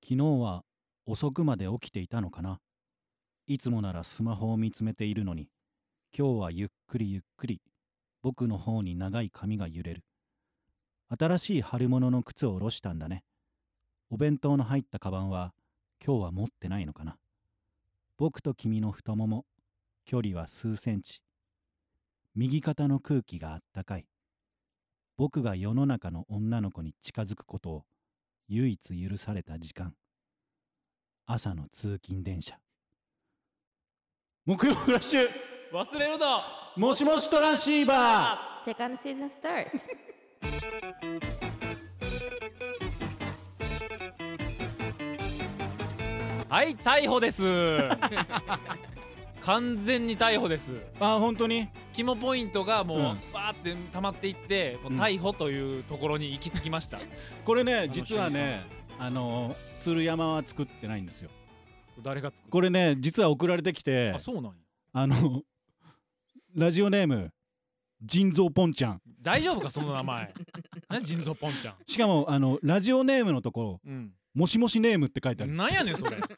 昨日は遅くまで起きていたのかな。いつもならスマホを見つめているのに、今日はゆっくりゆっくり僕の方に長い髪が揺れる。新しい春物の靴を下ろしたんだね。お弁当の入ったカバンは今日は持ってないのかな。僕と君の太もも、距離は数センチ。右肩の空気があったかい。僕が世の中の女の子に近づくことを唯一許された時間。朝の通勤電車。木曜フラッシュ忘れるのもしもしトランシーバー。 Second season start. はい逮捕です完全に逮捕です。 あ、本当に肝ポイントがもううんバーって溜まっていってもう逮捕というところに行き着きました、 これね、実はね、鶴山は作ってないんですよ。 誰が作るこれね、実は送られてきて、 あ、そうなんや。 ラジオネーム腎臓ポンちゃん。 大丈夫かその名前何腎臓ポンちゃん。 しかもラジオネームのところ、もしもしネームって書いてある。 なんやねんそれ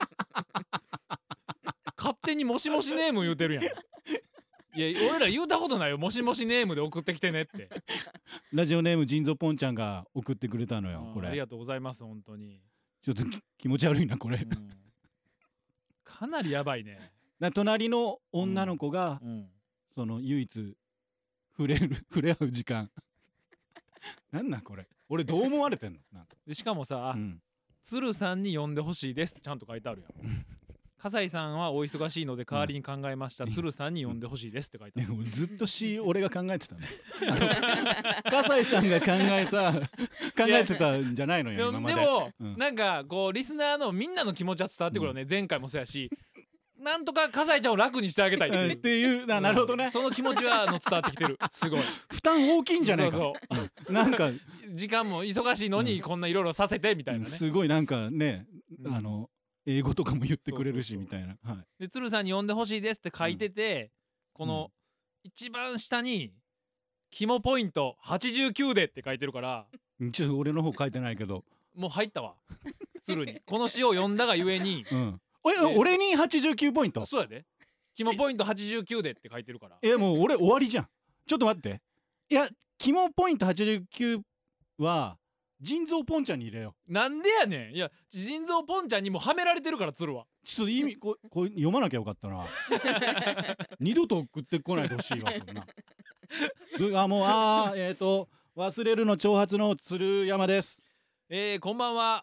勝手にもしもしネーム言うてるやん。いや俺ら言うたことないよ、もしもしネームで送ってきてねって。 ラジオネーム腎臓ポンちゃんが送ってくれたのよ。これありがとうございます。本当にちょっと気持ち悪いなこれ、 かなりやばいね。 隣の女の子が、その唯一触れ合う時間なんなんこれ、俺どう思われてんの。なんかでしかもさ、鶴さんに呼んでほしいですってちゃんと書いてあるやん。笠井さんはお忙しいので代わりに考えました、鶴さんに呼んでほしいですって書いてある。 ずっと俺が考えてたの笠井さんが考えてたんじゃないのよ今まで。 でも、なんかこうリスナーのみんなの気持ちは伝わってくるよね、前回もそうやし、なんとか笠井ちゃんを楽にしてあげたいっていうなるほどね。 その気持ちは伝わってきてる。すごい負担大きいんじゃないか。 そうなんか時間も忙しいのにこんないろいろさせてみたいなね、 すごいなんかね、英語とかも言ってくれるしみたいな。 で鶴さんに呼んでほしいですって書いてて、この一番下に肝ポイント89でって書いてるから、 ちょっと俺の方書いてないけどもう入ったわ鶴にこの詩を読んだがゆえに、 俺に89ポイント。 そうやで、肝ポイント89でって書いてるから。 もう俺終わりじゃん。ちょっと待って、いや肝ポイント89は腎臓ポンちゃんに入れよう。なんでやねん。いや腎臓ポンちゃんにもはめられてるから鶴は。 ちょっと意味これ読まなきゃよかったな二度と送ってこないでほしいわこんなもう忘れるの長髪の鶴山です。 こんばんは。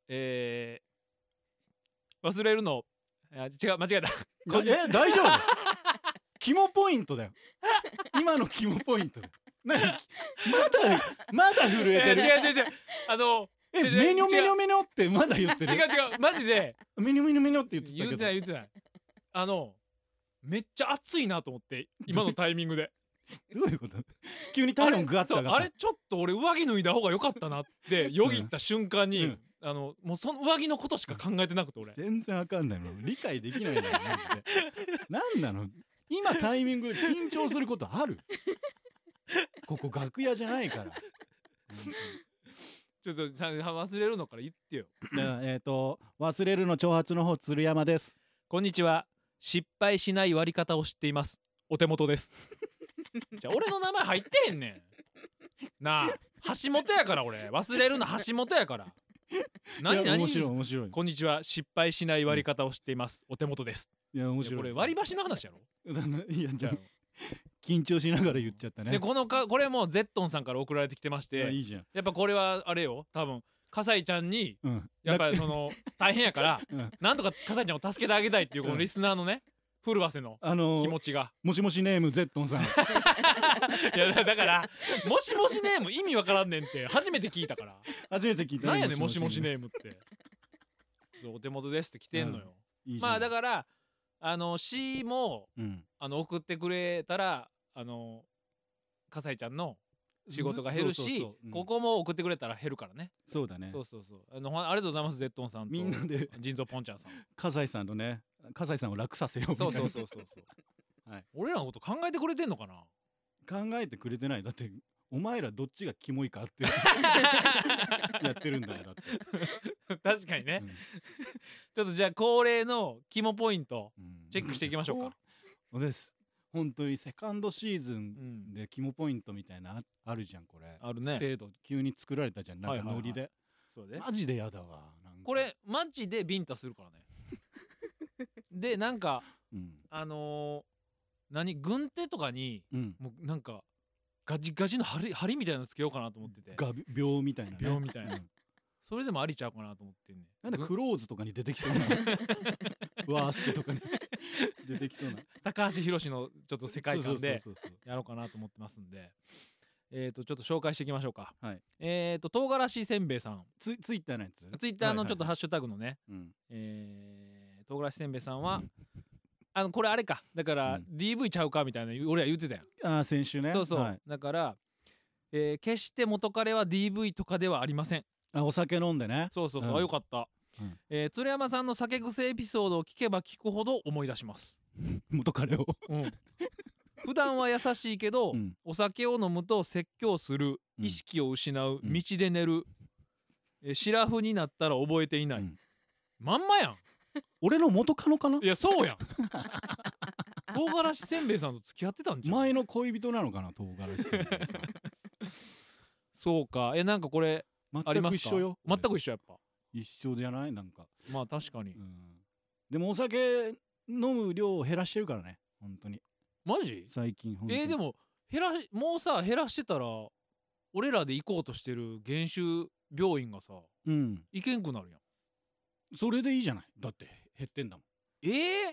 忘れるの違う、間違えた大丈夫肝ポイントだよ今の肝ポイントだよ。まだ震えてる。 違うメニョメニョメニョってまだ言ってる。 違うマジでメニョメニョメニョって言ってたけど。 言ってないめっちゃ熱いなと思って今のタイミングでどういうこと。急に体温グワッと上がった。 あれちょっと俺上着脱いだ方が良かったなってよぎった瞬間に、もうその上着のことしか考えてなくて俺全然わかんないの。理解できないんだよマジで。なんなの今タイミングで緊張することあるここ楽屋じゃないからちょっと忘れるのから言ってよ。 忘れるの長髪の方鶴山です。 こんにちは。失敗しない割り方を知っています、お手元ですじゃあ俺の名前入ってへんねんなあ。橋本やから俺忘れるの橋本やから。何面白い面白い。 こんにちは。失敗しない割り方を知っています、お手元です。 いや面白い。 これ割り箸の話やろいやじゃあ緊張しながら言っちゃったね。 でこれもゼットンさんから送られてきてまして、 いいじゃん。 やっぱこれはあれよ、多分笠井ちゃんに、やっぱりその大変やから、なんとか笠井ちゃんを助けてあげたいっていうこのリスナーのね、古わせの気持ちが、 もしもしネームゼットンさんいやだからもしもしネーム意味わからんねんって初めて聞いたから。 初めて聞いた。 なんやねんもしもしネームってそうお手元ですって来てんのよ。まあだから詩も、送ってくれたら笠井ちゃんの仕事が減るし、ここも送ってくれたら減るからね。 そうだね。 そうありがとうございますゼットンさんとみんなで腎臓ポンちゃんさん笠井さんとね、笠井さんを楽させようみたいな。 そう俺らのこと考えてくれてんのかな。 考えてくれてない。だってお前らどっちがキモいかってやってるんだよ。だって確かにね、ちょっとじゃあ恒例の肝ポイントチェックしていきましょうか。 そうです。本当にセカンドシーズンで肝ポイントみたいなあるじゃん。これあるね。 制度急に作られたじゃん。なんかノリで、 そうでマジでやだわ。なんかこれマジでビンタするからね。でなんか、何軍手とかに、もうなんかガジガジの針みたいなのつけようかなと思ってて。 秒みたいなね。 秒みたいな。それでもありちゃうかなと思ってんね。 なんでクローズとかに出てきそうなワーストとかに出てきそうな高橋宏のちょっと世界観でやろうかなと思ってますんで、ちょっと紹介していきましょうか。 はい、 唐辛子せんべいさん、 ツイッターのやつ、 ツイッターのちょっとハッシュタグのね、唐辛子せんべいさんはこれあれか、だから DV ちゃうかみたいな俺は言ってたやん。 先週ね。 そうそう、だから、決して元彼は DV とかではありません。 お酒飲んでね。 そうそうそう、よかった。鶴山さんの酒癖エピソードを聞けば聞くほど思い出します。 元彼を普段は優しいけど、お酒を飲むと説教する、意識を失う、道で寝る、シラフになったら覚えていない、まんまやん。 俺の元カノかな。 いやそうやん。唐辛子せんべいさんと付き合ってたんじゃん。 前の恋人なのかな、唐辛子せんべいさん。 そうか。なんかこれありますか。 全く一緒よ。 全く一緒。やっぱ一緒じゃない。なんかまあ確かに、 でもお酒飲む量を減らしてるからね、本当に。 マジ最近。 でももうさ減らしてたら俺らで行こうとしてる減酒病院がさ、行けんくなるやん。 それでいいじゃない。だって減ってんだもん。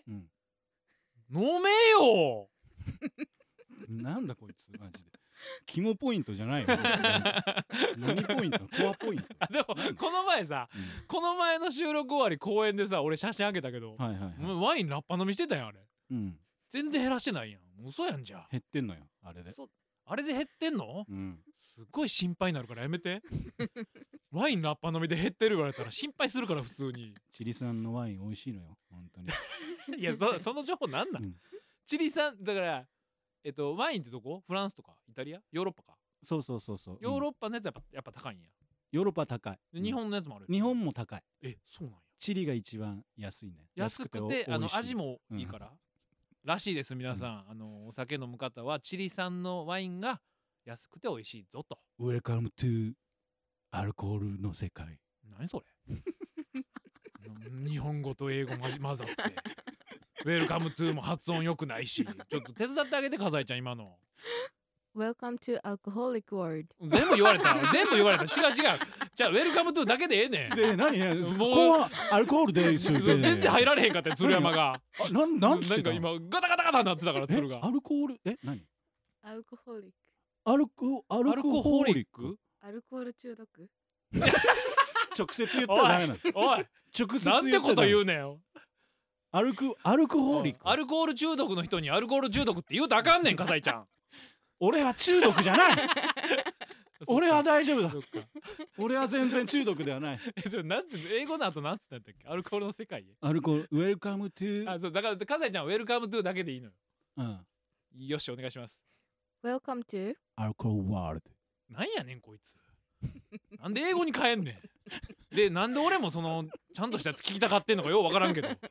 飲めよなんだこいつマジで。肝ポイントじゃないよ。何ポイント？コアポイント。 でもこの前さ、この前の収録終わり公園でさ、俺写真あげたけど、ワインラッパ飲みしてたやんあれ。全然減らしてないやん。嘘やんじゃ。 減ってんのよあれで。 あれで減ってんの？すっごい心配になるからやめて。ワインラッパ飲みで減ってる言われたら心配するから普通に。 チリ産のワイン美味しいのよ本当に。 いやその情報なんなん？チリ産だからワインってどこ？フランスとかイタリア？ヨーロッパか。 そう。 ヨーロッパのやつやっぱ高いんや。 ヨーロッパ高い。 日本のやつもある。 日本も高い。 そうなんや。 チリが一番安いね。 安くて味もいいから、らしいです。皆さん、お酒飲む方はチリ産のワインが安くて美味しいぞと。 Welcome to アルコールの世界。 何それ。日本語と英語混ざってWelcome to も発音良くないし、ちょっと手伝ってあげて笠井ちゃん今の。 Welcome to alcoholic world。 全部言われた。違う。じゃあ Welcome to だけでええねん。 で何もうアルコールで全然入られへんかったよ鶴山が。 なんか今ガタガタなってたから鶴が。 アルコール何？ アルコホリック。 アルコホリック？ アルコール中毒？ 直接言ったらダメなの。 おい。 直接なんてこと言うねん。 アルコホリック。 アルコール中毒の人にアルコール中毒って言うとあかんねん笠井ちゃん。 俺は中毒じゃない。俺は大丈夫だ。俺は全然中毒ではない。 英語の後なんつったんだっけ？アルコールの世界へ。 アルコール Welcome to。 そうだから笠井ちゃんは Welcome to だけでいいのよ。よしお願いします。 Welcome to アルコールワールド。 なんやねんこいつ。なんで英語に変えんねん。でなんで俺もそのちゃんとしたやつ聞きたがってんのかようわからんけど。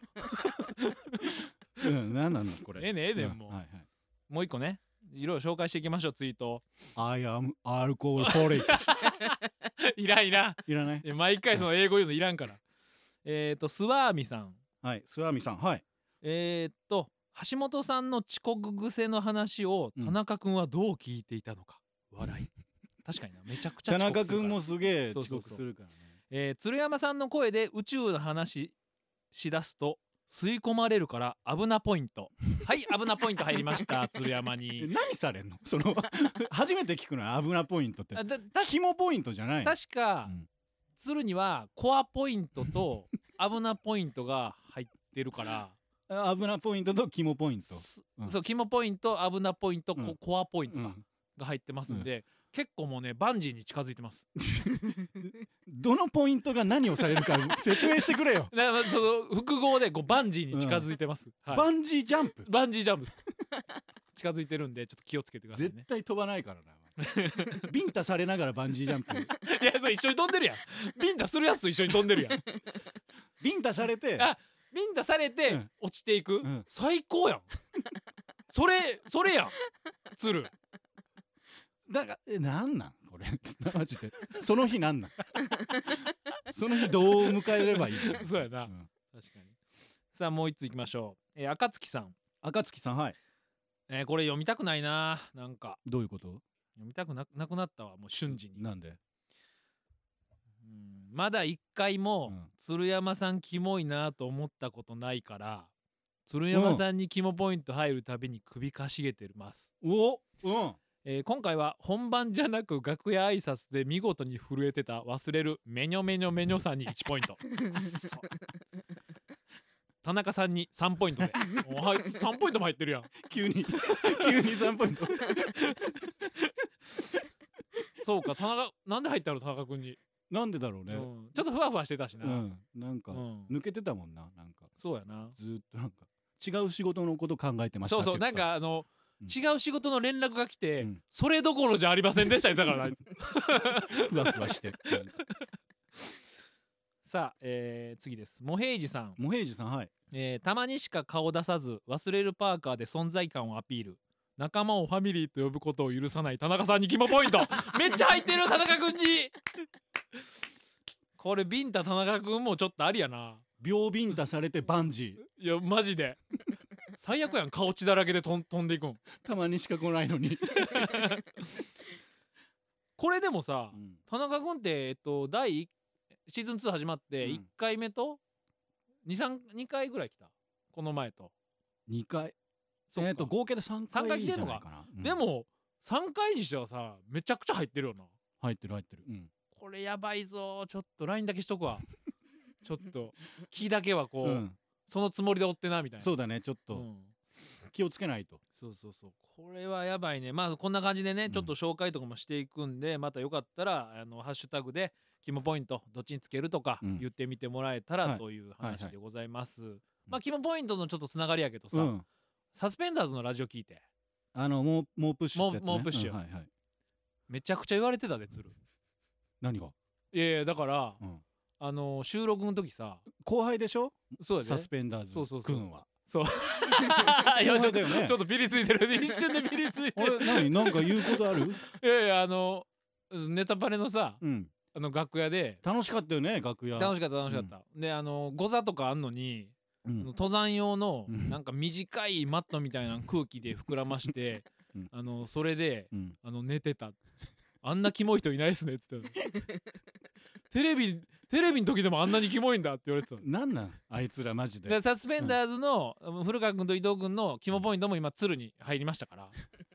なんなんのこれ。 ええねんもう。もう一個ね。いろいろ紹介していきましょう。ツイート。 I am alcohol holic。 いらん。 いらない。 毎回その英語言うのいらんから。スワーミさん。 はい、スワーミさん。はい。 橋本さんの遅刻癖の話を田中君はどう聞いていたのか。笑い。確かにな、めちゃくちゃ遅刻するから。 田中君もすげえ遅刻するからね。 鶴山さんの声で宇宙の話しだすと吸い込まれるから危なポイント。はい危なポイント入りました鶴山に。 何されんのその初めて聞くのよ危なポイントって。肝ポイントじゃない。 確か、鶴にはコアポイントと危なポイントが入ってるから危なポイントと肝ポイント、 そう肝ポイント危なポイント、コアポイントが入ってますんで、結構もうねバンジーに近づいてます。 どのポイントが何をされるか説明してくれよ。 だからその複合でこうバンジーに近づいてます、 バンジージャンプ。 バンジージャンプです。近づいてるんでちょっと気をつけてくださいね。 絶対飛ばないからな。 ビンタされながらバンジージャンプいやそれ一緒に飛んでるやん。ビンタするやつと一緒に飛んでるやん。 ビンタされてあ、ビンタされて落ちていく、最高やん。それやん鶴。 だからなんなんこれマジでその日なんなんその日どう迎えればいいのそうやな、確かに。さあもう一ついきましょう。暁さん。 暁さん、はい。 これ読みたくないな。なんかどういうこと？ 読みたくなくなったわ、もう瞬時に。 なんで？ まだ一回も鶴山さんキモいなと思ったことないから、鶴山さんにキモポイント入るたびに首かしげてます。今回は本番じゃなく楽屋挨拶で見事に震えてた忘れるメニョメニョメニョさんに1ポイント田中さんに3ポイントで3ポイントも入ってるやん。 急に3ポイントそうか、田中なんで入ったの？田中君になんでだろうね、 ちょっとふわふわしてたしな、 なんか、抜けてたもんな。なんかそうやな、 ずっとなんか違う仕事のこと考えてました。 そうなんか違う仕事の連絡が来て、それどころじゃありませんでしただからあいつふわふわしてさあ、次です。モヘイジさん。 モヘイジさん、はい。 たまにしか顔出さず忘れるパーカーで存在感をアピール、仲間をファミリーと呼ぶことを許さない田中さんにキモポイントめっちゃ入ってる田中君にこれビンタ田中君もちょっとありやな。 秒ビンタされてバンジーいやマジで最悪やん。顔血だらけで飛んでいくん。 たまにしか来ないのにこれでもさ、田中君ってシーズン2始まって1回目と2回ぐらい来た。この前と 2回合計で3回じゃないかな。 でも3回にしてはさめちゃくちゃ入ってるよな。 入ってる、 これやばいぞ。ちょっと LINE だけしとくわちょっと気だけはこう、そのつもりで追ってなみたいな。そうだね、ちょっと、気をつけないと。 そうこれはやばいね。まあこんな感じでね、ちょっと紹介とかもしていくんで、またよかったらハッシュタグでキモポイントどっちにつけるとか言ってみてもらえたらという話でございます。まあキモポイントのちょっとつながりやけどさ、サスペンダーズのラジオ聞いて猛プッシュってやつね。 猛プッシュ、めちゃくちゃ言われてたで鶴。 何が？ いやだから、収録の時さ、 後輩でしょ？ そうだね、 サスペンダーズ君は。 そういやちょっとピリついてる一瞬でピリついてる。 なんか言うことある？ いやネタパレのさ、楽屋で楽しかったよね。楽屋楽しかったでゴザとかあんのに、登山用のなんか短いマットみたいな空気で膨らましてそれで寝てた。あんなキモい人いないっすねっつってテレビの時でもあんなにキモいんだって言われてた。 なんあいつらマジで。 サスペンダーズの古川君と伊藤君のキモポイントも今鶴に入りましたから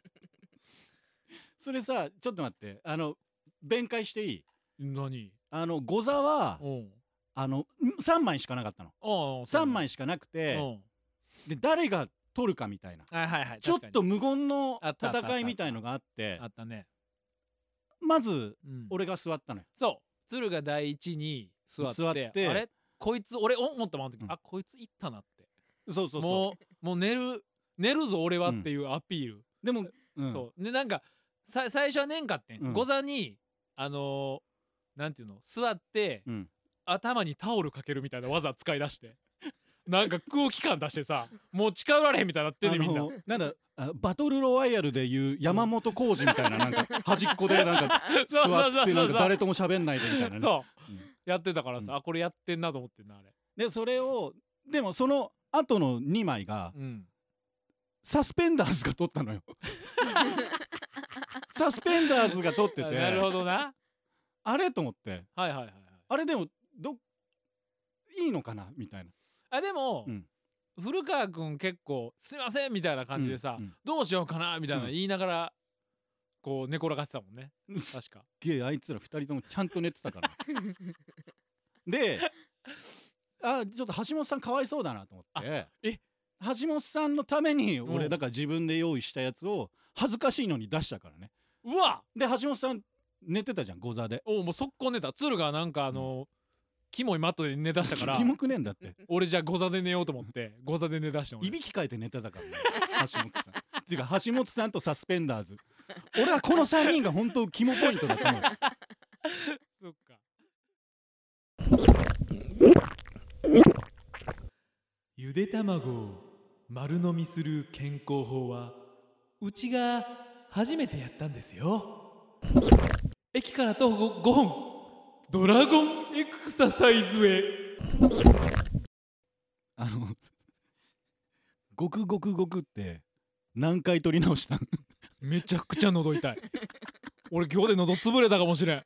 それさちょっと待って、弁解していい？ 何？ ゴザは3枚しかなかったの。3枚しかなくて、で誰が取るかみたいな、ちょっと無言の戦いみたいのがあって、 あったね。 まず俺が座ったのよ。 そう鶴が第一に座ってあれこいつ俺思ったままの時、あこいついったなって。もう寝るぞ俺はっていうアピール。でもそうでなんか最初はねんかってん。ゴザになんていうの座って、頭にタオルかけるみたいな技使い出してなんか空気感出してさもう近寄られへんみたいになってんねみんな。 なんだバトルロワイヤルでいう山本浩二みたいななんか端っこでなんか座ってなんか誰とも喋んないでみたいなね。 そうやってたからさ、あこれやってんなと思ってんなあれ。 でそれをでもその後の2枚が、サスペンダーズが撮ったのよサスペンダーズが撮っててなるほどな。 あれと思って、あれでもいいのかなみたいな。 でも、古川君結構すいませんみたいな感じでさ、どうしようかなみたいな言いながらこう寝転がってたもんね確か。 あいつら2人ともちゃんと寝てたからでちょっと橋本さんかわいそうだなと思って、橋本さんのために俺だから自分で用意したやつを恥ずかしいのに出したからね。 うわで橋本さん寝てたじゃんゴザで。 もう速攻寝た。鶴がなんかキモいマットで寝だしたからキモくねえんだって俺じゃあゴザで寝ようと思ってゴザで寝だした。 いびきかいて寝てたからね橋本さんっていうか橋本さんとサスペンダーズ俺はこの3人が本当肝ポイントだと思う。 そっか。ゆで卵を丸飲みする健康法はうちが初めてやったんですよ。駅から徒歩5分、ドラゴンエクササイズへ。 ごくごくごくって何回取り直したん？ めちゃくちゃ喉痛い。俺今日で喉潰れたかもしれん。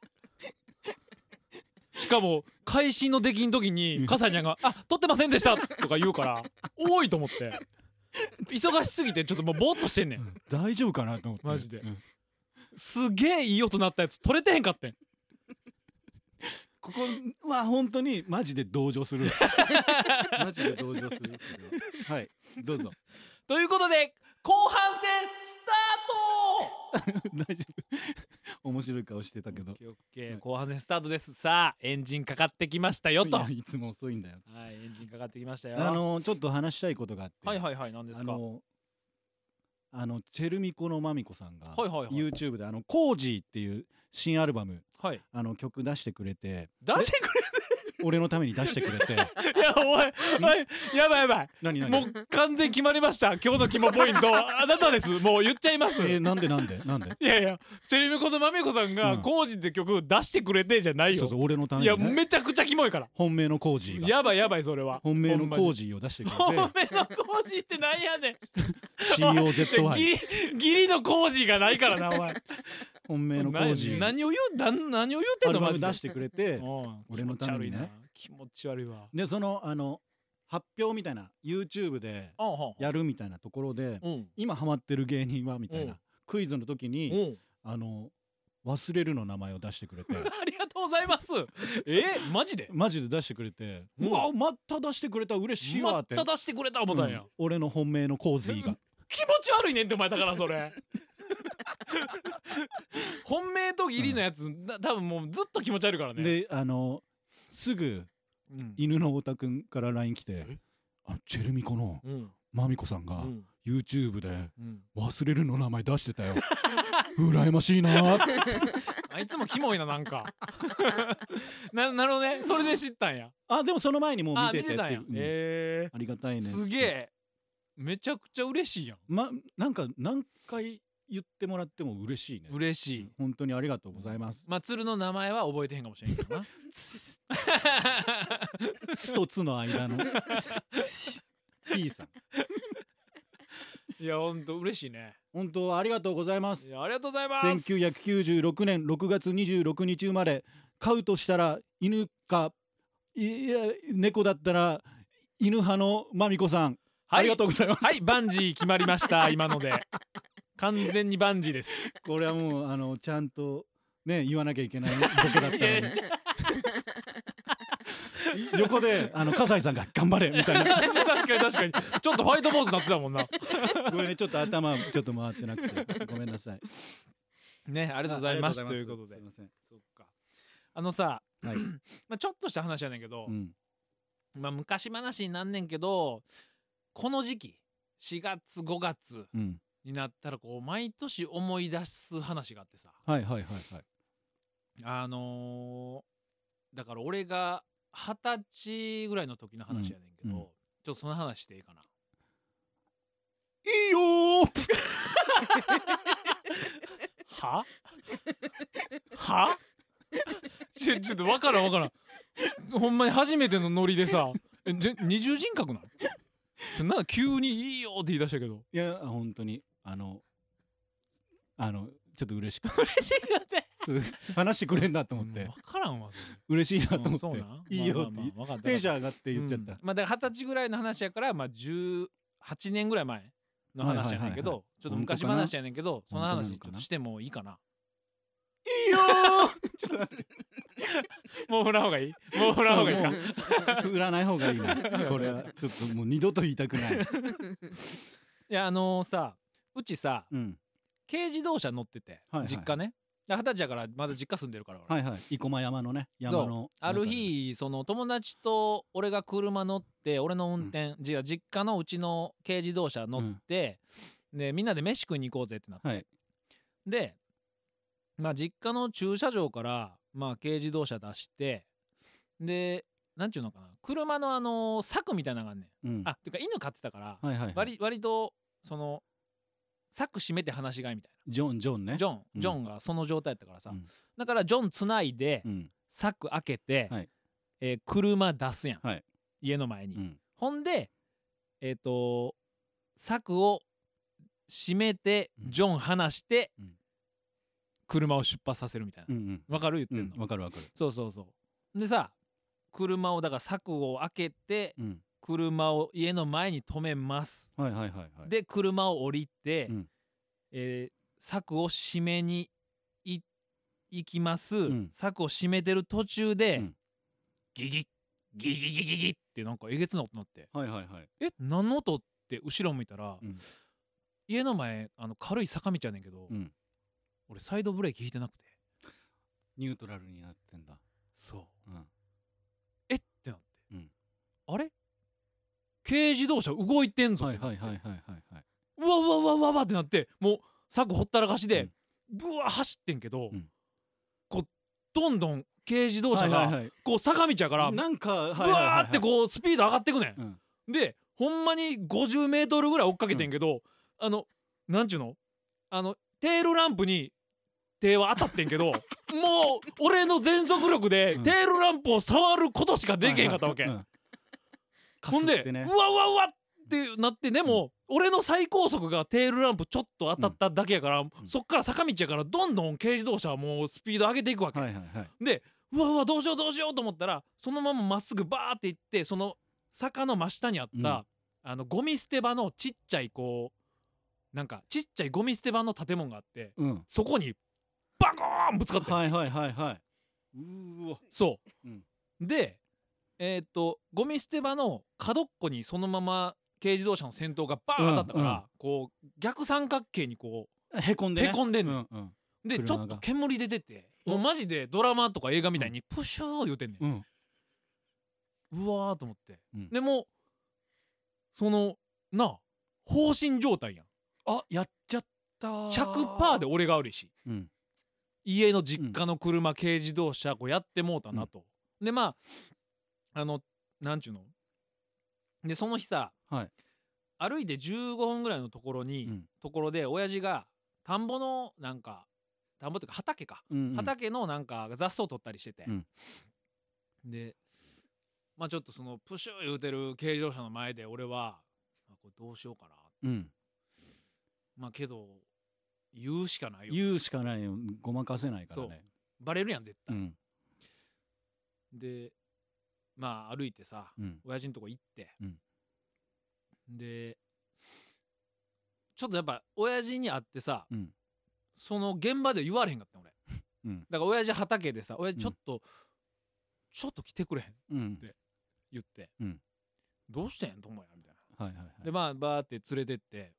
しかも会心の出来の時に笠井ちゃんが「あ、取ってませんでした」とか言うから多いと思って忙しすぎてちょっともうボーっとしてんねん。 大丈夫かなと思ってマジで、すげえいい音鳴ったやつ取れてへんかってん。 ここは本当にマジで同情する。マジで同情する。はいどうぞ。 ということで後半戦スタート。 大丈夫。面白い顔してたけど。 オッケー、後半戦スタートです。さあエンジンかかってきましたよと。 いつも遅いんだよ。 はい、エンジンかかってきましたよ。 ちょっと話したいことがあって。 はいはいはい、何ですか。 チェルミコのまみこさんが、 はいはいはい、 YouTube でコージーっていう新アルバム、 はい、 曲出してくれて。 出してくれて俺のために出してくれて。いやおいやばいやばい。 何もう完全決まりました。今日の肝ポイントあなたです。もう言っちゃいます。 なんでいやいや、チェルミコのまみこさんがコージーって曲出してくれてじゃないよ。 そうそう、俺のために、ね、 いやめちゃくちゃキモいから。 本命のコージーが。 やばいやばい、それは本命のコージーを出してくれて。 本命のコージーってなんやねん。 COZY ギリのコージーがないからなお前。 本命のコージー何を言ってんのマジで。 出してくれて俺のためにね。 気持ち悪いわ。 でその発表みたいな YouTube でやるみたいなところで、今ハマってる芸人はみたいなクイズの時に忘れるの名前を出してくれて。 ありがとうございます。マジで出してくれて、うわまた出してくれた、嬉しいわって。 また出してくれた思ったんや。 俺の本命のコージーが。 気持ち悪いねんってお前だからそれ。本命と義理のやつ、多分もうずっと気持ち悪いからね。 ですぐ犬の太田くんから LINE 来て、チェルミコのまみこさんが YouTube で忘れるの名前出してたよ。羨ましいな。 あいつもキモいな、なんか。なるほどね、それで知ったんや。 でもその前にもう見ててたんや。 ありがたいね。 すげえ、めちゃくちゃ嬉しいやん。 なんか何回言ってもらっても嬉しいね。 嬉しい。 本当にありがとうございます。 鶴の名前は覚えてへんかもしれんけどな。 一つの間の T さん。 いやほんと嬉しいね。 本当ありがとうございます。 ありがとうございます。 1996年6月26日生まれ、飼うとしたら犬か猫だったら犬派のまみこさん、ありがとうございます。 はい、バンジー決まりました今ので。完全にバンジーです。 これはもうちゃんとね言わなきゃいけないボケだったので。横で笠井さんが頑張れみたいな。 確かにちょっとファイトポーズなってたもんな。 ごめんね、ちょっと頭ちょっと回ってなくてごめんなさいね。ありがとうございますということで。 すいません。 そっか。ちょっとした話やねんけど、昔話になんねんけど、この時期4月5月になったらこう毎年思い出す話があってさ。だから俺が20歳ぐらいの時の話やねんけど、ちょっとその話していいかな。 いいよはちょっと分からん。ほんまに初めてのノリでさ、二重人格なんか急にいいよって言い出したけど。 いや本当にちょっと嬉しくて話してくれんだと思って。 分からんわ。 嬉しいなと思って。いいよってテンション上がって言っちゃった。 だから20歳ぐらいの話やから、18年ぐらい前の話やねんけど、ちょっと昔話やねんけど、その話ちょっとしてもいいかな。 いいよちょっと待って。 もう振らんほうがいい。もう振らんほうがいいか。 振らない方がいいな。これはちょっともう二度と言いたくない。いやさ、うちさ、軽自動車乗ってて、実家ね。20歳やからまだ実家住んでるから。 生駒山のね、山の。 ある日その友達と俺が車乗って、俺の運転、実家のうちの軽自動車乗って、でみんなで飯食いに行こうぜってなって。 でまあ実家の駐車場からまあ軽自動車出してでなんちゅうのかな車の柵みたいなのがあんねん、 うん、 てか犬飼ってたから、 はいはいはい、 割とその柵閉めて放し飼いみたいジョンね、 なジョンがその状態やったからさ、 うん、 だからジョンつないで、 うん、 柵開けて、 はい、 車出すやん、 はい、 家の前に、 うん、 ほんで柵を閉めてジョン離して、 うん、 車を出発させるみたいな、 うんわかる言ってうんんの、 わかるわかる、 そうそうそうでさ車をだから柵を開けて、 うん、 車を家の前に止めます、 はいはいはいはい、 で車を降りて、 うん、 柵を閉めに行きます、 ん柵を閉めてる途中で、 うん、 ギギッギギギギギってなんかえげつな音鳴って、 はいはいはい、 何の音って後ろ向いたら、 うん、 家の前軽い坂道やねんけど、 うん、 俺サイドブレーキ引いてなくて、 ニュートラルになってんだ、 そう、 うん、 ってなって、 うん、 あれ軽自動車動いてんぞってなって、 はいはいはいはいはい、 うわうわうわうわうわってなってもう柵ほったらかしで、ブワー走ってんけど、こうどんどん軽自動車がこう坂道やからなんかブワーってこうスピード上がってくねん、 でほんまに50メートルぐらい追っかけてんけど、なんちゅうのテールランプに手は当たってんけどもう俺の全速力でテールランプを触ることしかできへんかったわけ、ほんで、うわうわうわってなって、でも、俺の最高速がテールランプちょっと当たっただけやから、そっから坂道やからどんどん軽自動車はもうスピード上げていくわけ、でうわうわどうしようどうしようと思ったらそのまままっすぐバーって行ってその坂の真下にあった、ゴミ捨て場のちっちゃいこうなんかちっちゃいゴミ捨て場の建物があって、そこにバコーンぶつかって、 はいはいはいはい、うわそう、でゴミ捨て場の角っこにそのまま軽自動車の先頭がバーン当たったから、こう逆三角形にこうへこんでねんねん、でちょっと煙出ててもうマジでドラマとか映画みたいにプシュー言うてんねん、うわーと思って、でもその放心状態やん、 やっちゃった 100% で俺が悪いし、家の実家の車、軽自動車こうやってもうたなと、でまあなんちゅうのでその日さ、歩いて15分ぐらいのところで親父が田んぼのなんか田んぼっていうか畑か、畑のなんか雑草取ったりしてて、でまあちょっとそのプシュー言うてる軽自動車の前で俺はこれどうしようかな、まあけど言うしかないよ、ごまかせないからね、 バレるやん絶対、でまあ歩いてさ、親父のとこ行って、でちょっとやっぱ親父に会ってさ、その現場で言われへんかった俺、だから親父畑でさ親父ちょっと来てくれへんって言って、どうしてんともやみたいな、でまあバーって連れてって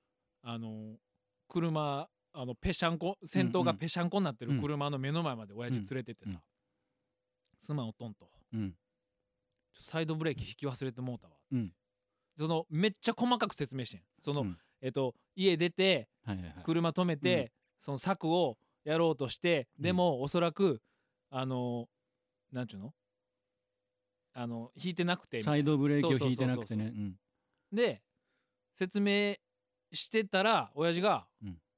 車ぺしゃんこ先頭がぺしゃんこになってる車の目の前まで親父連れてってさ、すまんおとんと、サイドブレーキ引き忘れてもうたわ、そのめっちゃ細かく説明してんその、家出て、車止めて、その柵をやろうとして、でもおそらくなんちゅうの引いてなくてサイドブレーキを引いてなくてね、 で説明してたら親父が、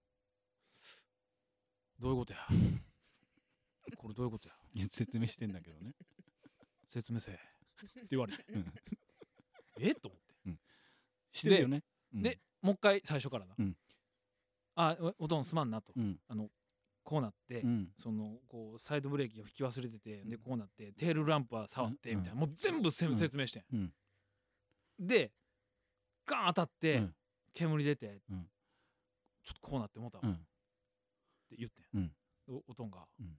どういうことやこれどういうことや説明してんだけどね説明せえって言われてと思って、 してるよね、 でもう一回最初からな、おとんすまんなと、こうなって、そのこうサイドブレーキを引き忘れてて、でこうなってテールランプは触ってみたいな、もう全部説明してん、でガーン当たって、煙出て、ちょっとこうなってもうたわ、って言って、おとんが、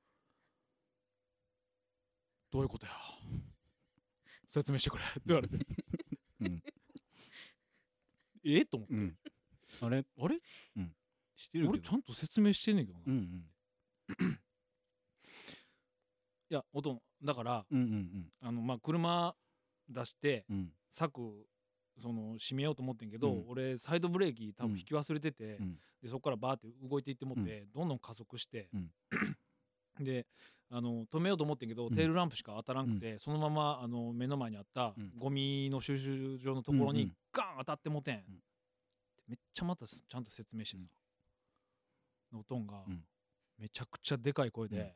どういうことや説明してくれって言われてと思って、 あれしてるけど俺ちゃんと説明してんねんけどな、いやおとんだから、まあ車出して、柵その閉めようと思ってんけど、 うん、 俺サイドブレーキ多分引き忘れてて、 うん、 でそこからバーって動いていってもって、どんどん加速して、で止めようと思ってんけど、テールランプしか当たらんくて、そのまま目の前にあったゴミの収集場のところにガン当たってもてん、めっちゃまたちゃんと説明してさ、おとんがめちゃくちゃでかい声で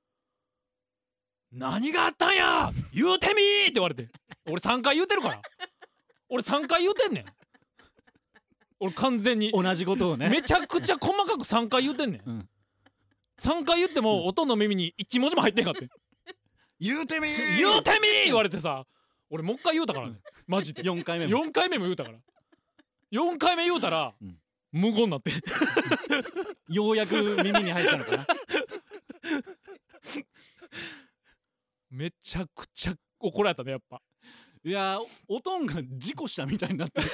「何があったんや言うてみー!」って言われて、俺3回言うてるから、俺3回言うてんねん、俺完全に同じことをねめちゃくちゃ細かく3回言うてんねん、3回言ってもおとんの耳に1文字も入ってんかって言うてみー言うてみー言われてさ、俺もう一回言うたからね、マジで 4回目も言うたから、4回目言うたら、無言になってようやく耳に入ったのかなめちゃくちゃ怒られたね、やっぱ。 いやおとんが事故したみたいになってる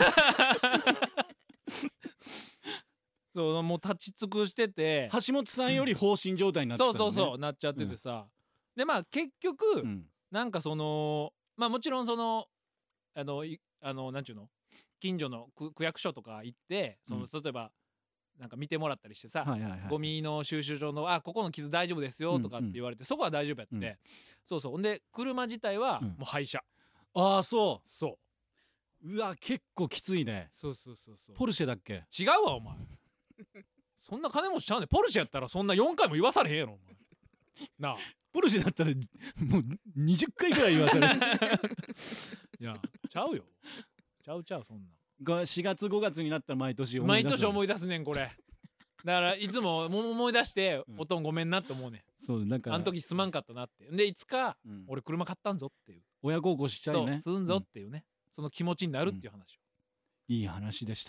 そう、もう立ち尽くしてて、 橋本さんより放心状態になってた、ね、 そうなっちゃっててさ、でまあ結局、なんかそのまあもちろんそのなんちゅうの、近所の区役所とか行って、その例えばなんか見てもらったりしてさ、ゴミの収集場のここの傷大丈夫ですよとかって言われて、そこは大丈夫やって、そうほんで車自体はもう廃車。 ああそううわ結構きついね。 そうポルシェだっけ？ 違うわお前そんな金持ちちゃうねん。ポルシェやったらそんな4回も言わされへんやろお前なあ。 ポルシェだったらもう20回ぐらい言わされるいやちゃうよ、ちゃうそんな。 4月5月になったら毎年思い出すねんこれ。だからいつも思い出しておとんごめんなって思うねん。 そうだからあの時すまんかったなって。でいつか俺車買ったんぞっていう、 親孝行しちゃうね、 そうすんぞっていうね、その気持ちになるっていう話を。 いい話でした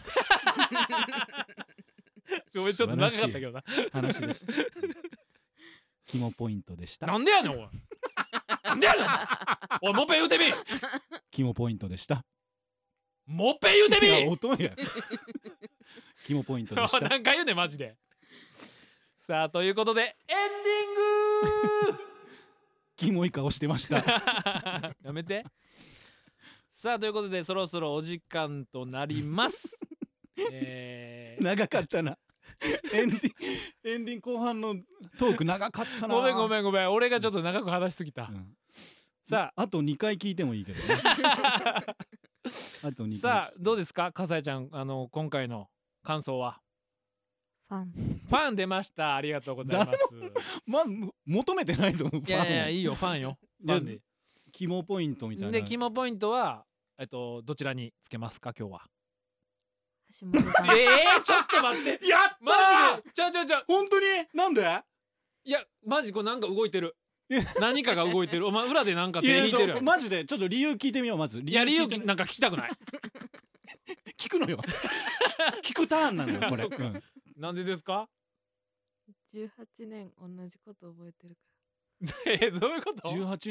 ごめんちょっと長かったけどな話でした肝ポイントでした。 なんでやねんおいなんでやねんおいもっぺん言うてみ肝ポイントでした。 もっぺん言うてみいや音や肝ポイントでした何回言うねんマジで。さあということでエンディングキモい顔してましたやめて。さあということでそろそろお時間となります長かったなエンディング後半のトーク長かったな。 ごめん俺がちょっと長く話しすぎた、さああと2回聞いてもいいけどねあと2回。 さあどうですか笠井ちゃん、今回の感想は。 ファン出ました。ありがとうございます。 求めてないと思う。 いやいいよファンよ。ファンで肝ポイントみたいな。 で肝ポイントはどちらにつけますか今日は。 橋本さんちょっと待ってやったーマジでちゃ本当になんで？ いやマジこれなんか動いてる何かが動いてる。お前裏でなんか手引いてるやん。 マジでちょっと理由聞いてみよう。まず理由なんか聞きたくない聞くのよ聞くターンなのよこれなんでですか 18年同じこと覚えてるかどういうこと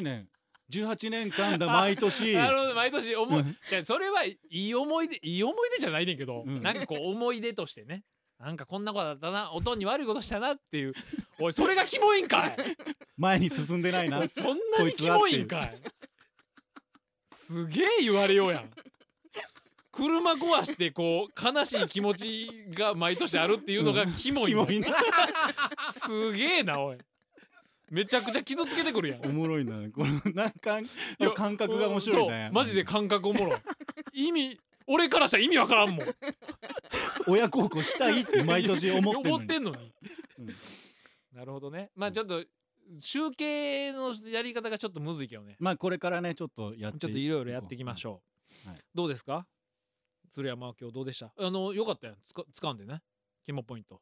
18年間だ毎年なるほど毎年じゃあそれはいい思い出じゃないねんけど、なんかこう思い出としてね、なんかこんなことだったな、おとんに悪いことしたなっていうおいそれがキモいんかい前に進んでないなそんなにキモいんかいすげえ言われようやん。車壊してこう悲しい気持ちが毎年あるっていうのがキモいなすげえなおい。めちゃくちゃ傷つけてくるやん。 おもろいなこのなんか感覚が面白いね。 マジで感覚おもろい。俺からしたら意味わからんもん。 親孝行したいって毎年思ってんのに、 なるほどね。まあちょっと集計のやり方がちょっとむずいけどね。 まあこれからねちょっといろいろやっていきましょう、どうですか鶴山は今日どうでした？よかったやん掴んでね肝ポイント。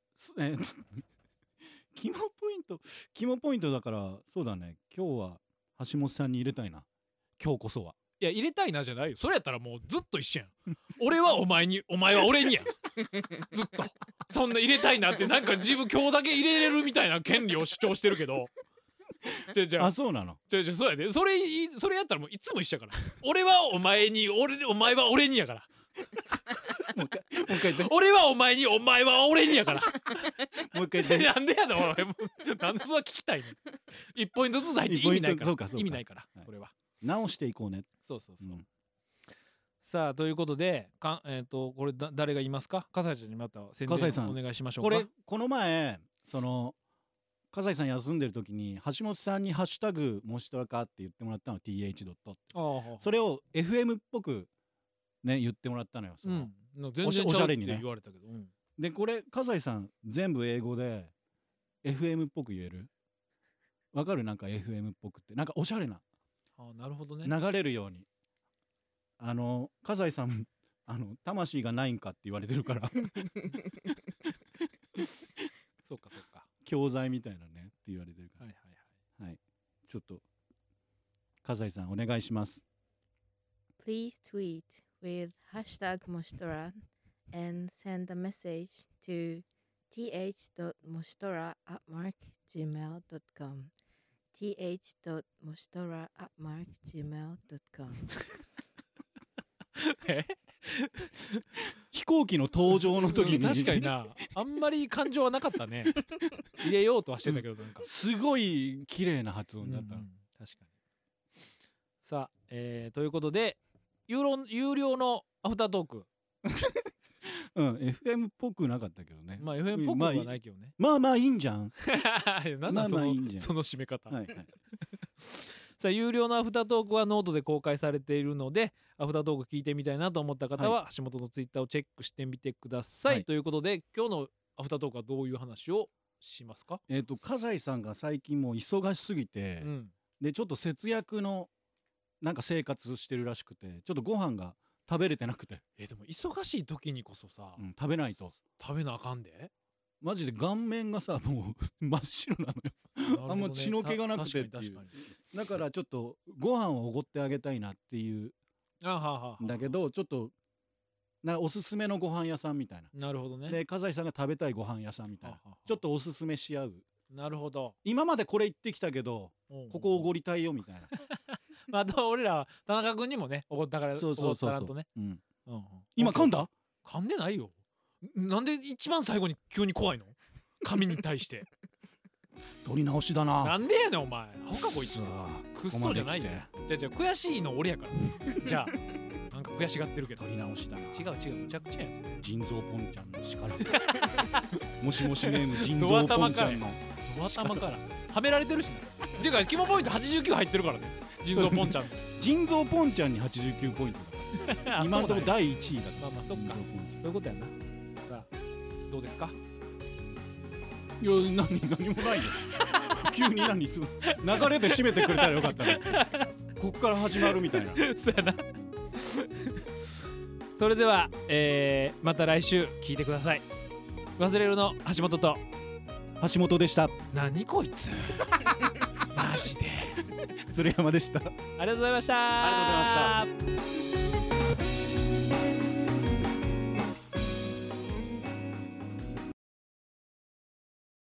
肝ポイントだからそうだね。今日は橋本さんに入れたいな。今日こそは。いや入れたいなじゃないよ。それやったらもうずっと一緒やん俺はお前にお前は俺にやんずっとそんな入れたいなってなんか自分今日だけ入れれるみたいな権利を主張してるけどあそうなの。そうやで。それやったらもういつも一緒やから俺はお前にお前は俺にやからもう一回言って。俺はお前にお前は俺にやからもう一回言って。なんでやだお前なんでそんな聞きたいの1ポイントずつ入って意味ないから。意味ないからそれは直していこうね。そう、 さあということでこれ誰が言いますか？笠井ちゃんにまた宣伝お願いしましょうか。 この前笠井さん休んでる時に橋本さんにハッシュタグもしとらかって言ってもらったの th. それを FM っぽくね言ってもらったのよ。 全然ちゃうって言われたけど、 でこれ笠井さん全部英語で FM っぽく言える？わかる？なんか FM っぽくってなんかおしゃれな、 なるほどね、 流れるように笠井さん魂がないんかって言われてるからそうかそうか、 教材みたいなねって言われてるから、はい、ちょっと笠井さんお願いします。 Please tweet with hashtag Moshtora and send a message to th.moshtora@gmail.com th.moshtora@gmail.com 飛行機の登場の時に確かにな、あんまり感情はなかったね入れようとはしてたけど、なんかすごい綺麗な発音だった、 確かに。さあ、ということで有料のアフタートーク FM っぽくなかったけどね。 まあ FM っぽくはないけどね。 まあいいんじゃん。 なんだその締め方。さあ有料のアフタートークはノートで公開されているので、アフタートーク聞いてみたいなと思った方は橋本のツイッターをチェックしてみてください。ということで今日のアフタートークはどういう話をしますか？ 笠井さんが最近もう忙しすぎて、でちょっと節約のなんか生活してるらしくて、ちょっとご飯が食べれてなくて。 でも忙しい時にこそさ、 食べないと。 食べなあかんで。 マジで顔面がさもう真っ白なのよあんま血の気がなくてっていう。だからちょっとご飯をおごってあげたいなっていうだけど、ちょっとおすすめのご飯屋さんみたいな。 なるほどね。 で笠井さんが食べたいご飯屋さんみたいな、ちょっとおすすめし合う。 なるほど。 今までこれ行ってきたけどここおごりたいよみたいなまあ俺らは田中君にもねおごったから、おごったらんとね。 今噛んだ？ 噛んでないよ。なんで一番最後に急に怖いの？髪に対して取り直しだな。 なんでやねんお前。ほかこいつくっそじゃないよ。じゃ悔しいの俺やからじゃあなんか悔しがってるけど取り直しだな。 違うむちゃくちゃやん。 腎臓ポンちゃんの力もしもしネーム腎臓ポンちゃんのドア玉からはめられてるしな。っていうかキモポイント89入ってるからね、腎臓ポンちゃん腎臓ポンちゃんに89ポイントだから今のところ第1位だから。 まあそっか、そういうことやな。さあどうですか？ いや何もないよ急に流れで締めてくれたらよかったねこっから始まるみたいなそうやなそれでは、また来週聞いてください。忘れるの橋本と橋本でした。 何こいつマジで鶴山でした。 ありがとうございました。 ありがとうございました。